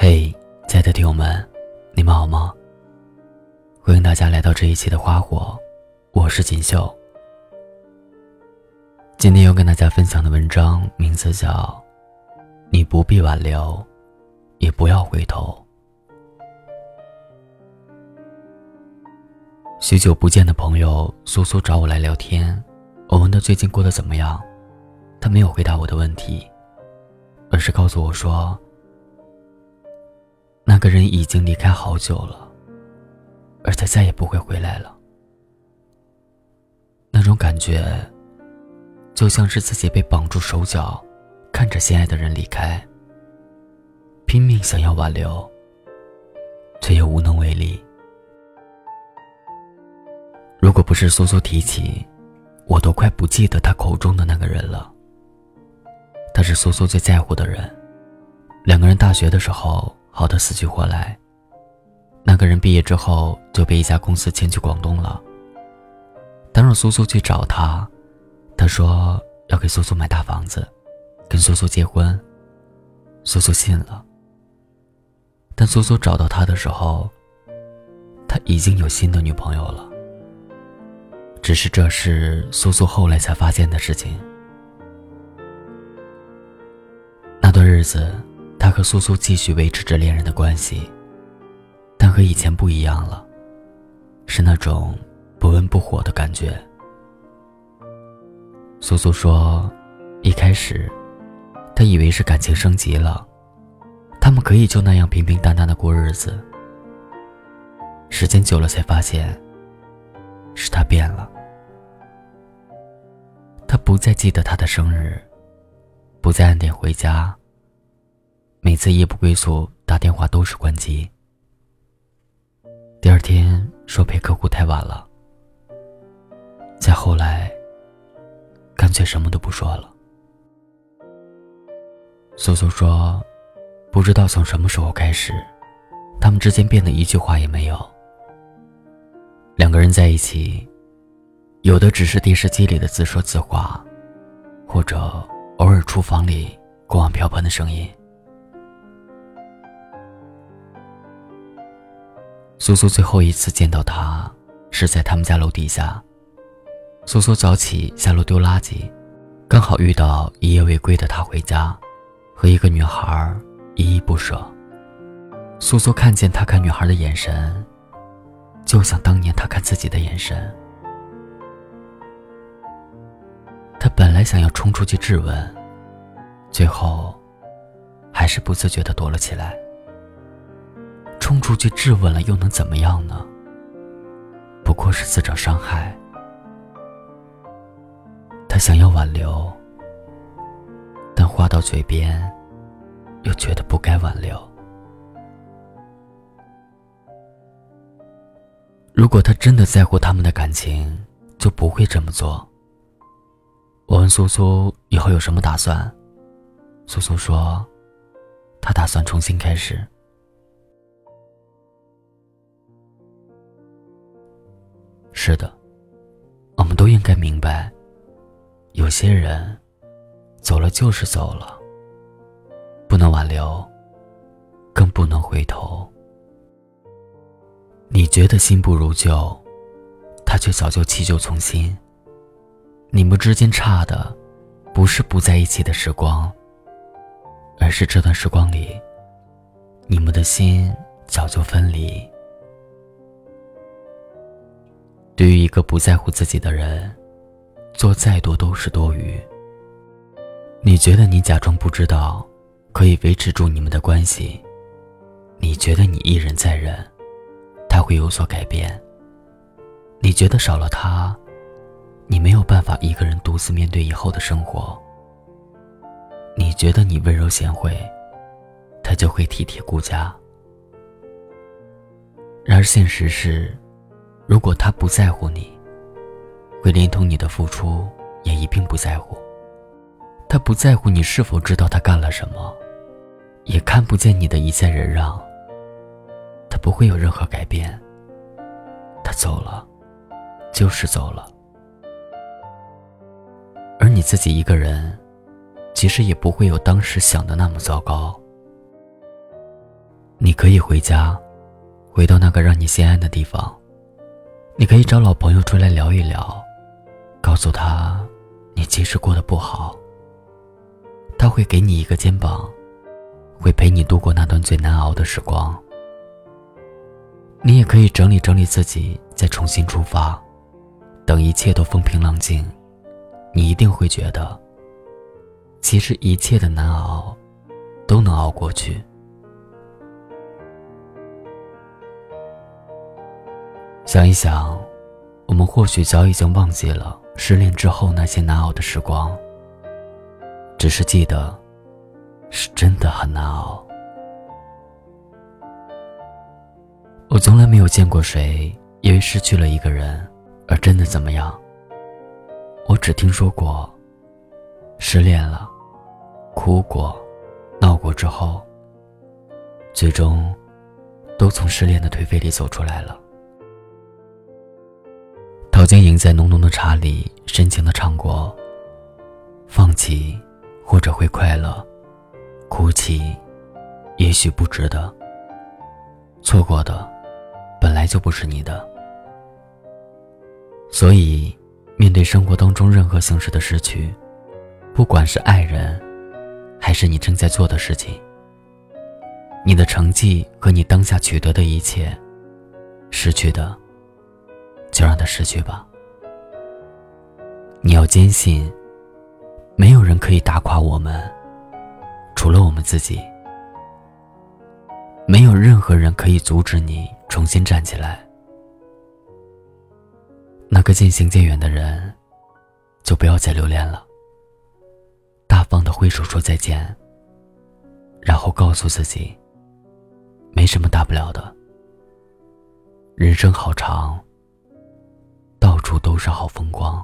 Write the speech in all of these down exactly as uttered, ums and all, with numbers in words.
嘿，亲爱的听友们，你们好吗？欢迎大家来到这一期的花火，我是锦绣。今天要跟大家分享的文章名字叫你不必挽留，也不要回头。许久不见的朋友苏苏找我来聊天，我问他最近过得怎么样，他没有回答我的问题，而是告诉我说那个人已经离开好久了，而且再也不会回来了。那种感觉就像是自己被绑住手脚，看着心爱的人离开，拼命想要挽留，却又无能为力。如果不是苏苏提起，我都快不记得他口中的那个人了。他是苏苏最在乎的人，两个人大学的时候好得死去活来，那个人毕业之后就被一家公司迁去广东了。当让苏苏去找他，他说要给苏苏买大房子，跟苏苏结婚。苏苏信了，但苏苏找到他的时候，他已经有新的女朋友了。只是这是苏苏后来才发现的事情。那段日子他和苏苏继续维持着恋人的关系，但和以前不一样了，是那种不温不火的感觉。苏苏说一开始他以为是感情升级了，他们可以就那样平平淡淡的过日子。时间久了才发现是他变了。他不再记得他的生日，不再按点回家，每次夜不归宿打电话都是关机。第二天说陪客户太晚了，再后来干脆什么都不说了。苏苏说不知道从什么时候开始，他们之间变得一句话也没有。两个人在一起，有的只是电视机里的自说自话，或者偶尔厨房里锅碗瓢盆的声音。苏苏最后一次见到他是在他们家楼底下，苏苏早起下楼丢垃圾，刚好遇到一夜未归的他回家，和一个女孩依依不舍。苏苏看见他看女孩的眼神，就像当年他看自己的眼神。他本来想要冲出去质问，最后还是不自觉地躲了起来。冲出去质问了又能怎么样呢？不过是自找伤害。他想要挽留，但话到嘴边又觉得不该挽留。如果他真的在乎他们的感情，就不会这么做。我问苏苏以后有什么打算，苏苏说他打算重新开始。是的，我们都应该明白，有些人走了就是走了，不能挽留，更不能回头。你觉得新不如旧，他却早就弃旧从新。你们之间差的不是不在一起的时光，而是这段时光里你们的心早就分离。对于一个不在乎自己的人，做再多都是多余。你觉得你假装不知道可以维持住你们的关系，你觉得你一忍再忍他会有所改变，你觉得少了他你没有办法一个人独自面对以后的生活，你觉得你温柔贤惠他就会体贴顾家。然而现实是，如果他不在乎你，会连同你的付出也一并不在乎。他不在乎你是否知道他干了什么，也看不见你的一再忍让，他不会有任何改变。他走了就是走了。而你自己一个人其实也不会有当时想的那么糟糕。 你可以回家，回到那个让你心安的地方。你可以找老朋友出来聊一聊，告诉他你即使过得不好，他会给你一个肩膀，会陪你度过那段最难熬的时光。你也可以整理整理自己，再重新出发。等一切都风平浪静，你一定会觉得，其实一切的难熬都能熬过去。想一想，我们或许早已经忘记了失恋之后那些难熬的时光，只是记得是真的很难熬。我从来没有见过谁因为失去了一个人而真的怎么样。我只听说过失恋了，哭过，闹过之后，最终都从失恋的颓废里走出来了。陶晶莹在浓浓的茶里深情地唱过，放弃或者会快乐，哭泣也许不值得，错过的本来就不是你的。所以面对生活当中任何形式的失去，不管是爱人还是你正在做的事情，你的成绩和你当下取得的一切，失去的就让它失去吧。你要坚信，没有人可以打垮我们，除了我们自己。没有任何人可以阻止你重新站起来。那个渐行渐远的人，就不要再留恋了。大方地挥手说再见，然后告诉自己，没什么大不了的。人生好长，到处都是好风光。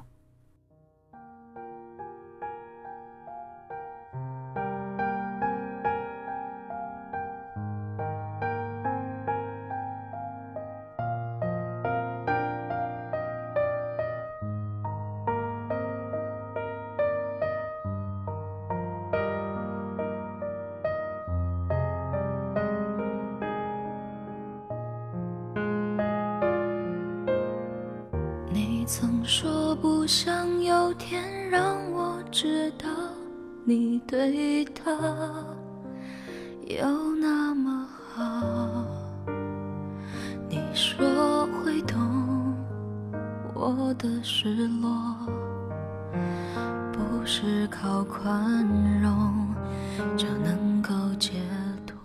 你曾说不想有天让我知道你对他有那么好，你说会懂我的失落，不是靠宽容就能够解脱。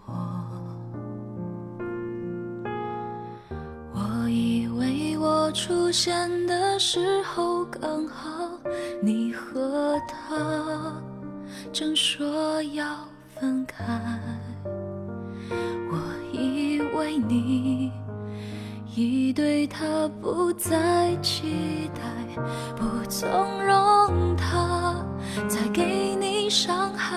我以为我出现的时候刚好你和他正说要分开，我以为你已对他不再期待，不纵容他再给你伤害。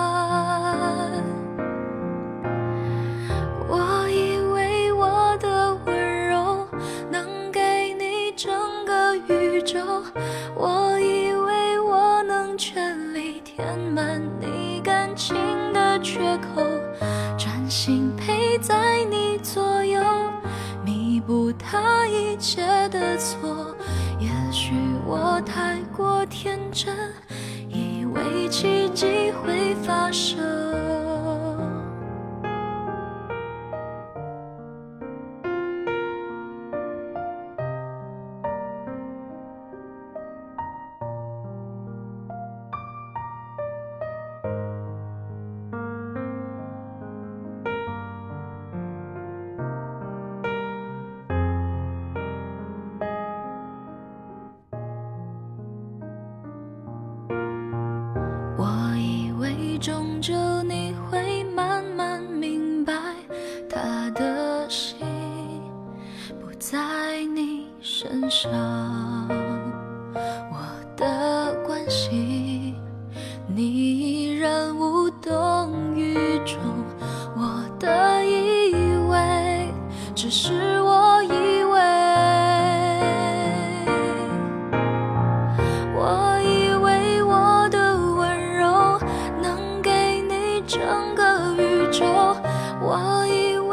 我以为我的温柔能给你整个宇宙，我以为我能全力填满你感情的缺口，专心陪在你左右，弥补他一切的错。也许我太过天真，以为奇迹会发生。我以为终究你会慢慢明白，他的心不在你身上，我的关心你依然无动于衷，我的以为只是我以为，我以为我的温柔能给你整个宇宙，我以为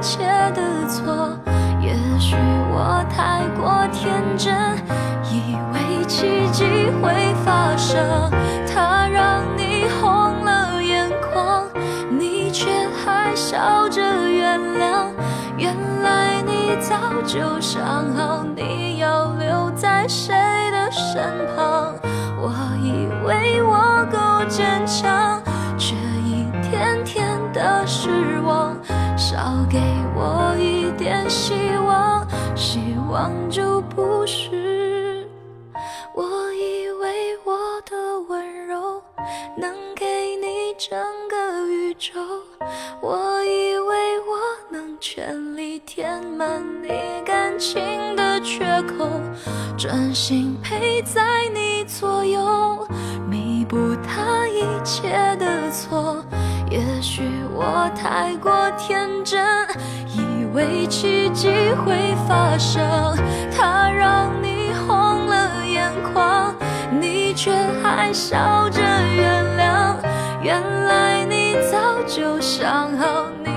切的错。也许我太过天真，以为奇迹会发生，它让你红了眼眶，你却还笑着原谅。原来你早就想好你要留在谁的身旁，我以为我够坚强，却一天天的失望，少给我一点希望，希望就不是。我以为我的温柔能给你整个宇宙，我以为我能全力填满你感情的缺口，专心陪在你左右，弥补他一切的错。也许我太过天真，以为奇迹会发生，它让你红了眼眶，你却还笑着原谅。原来你早就想好你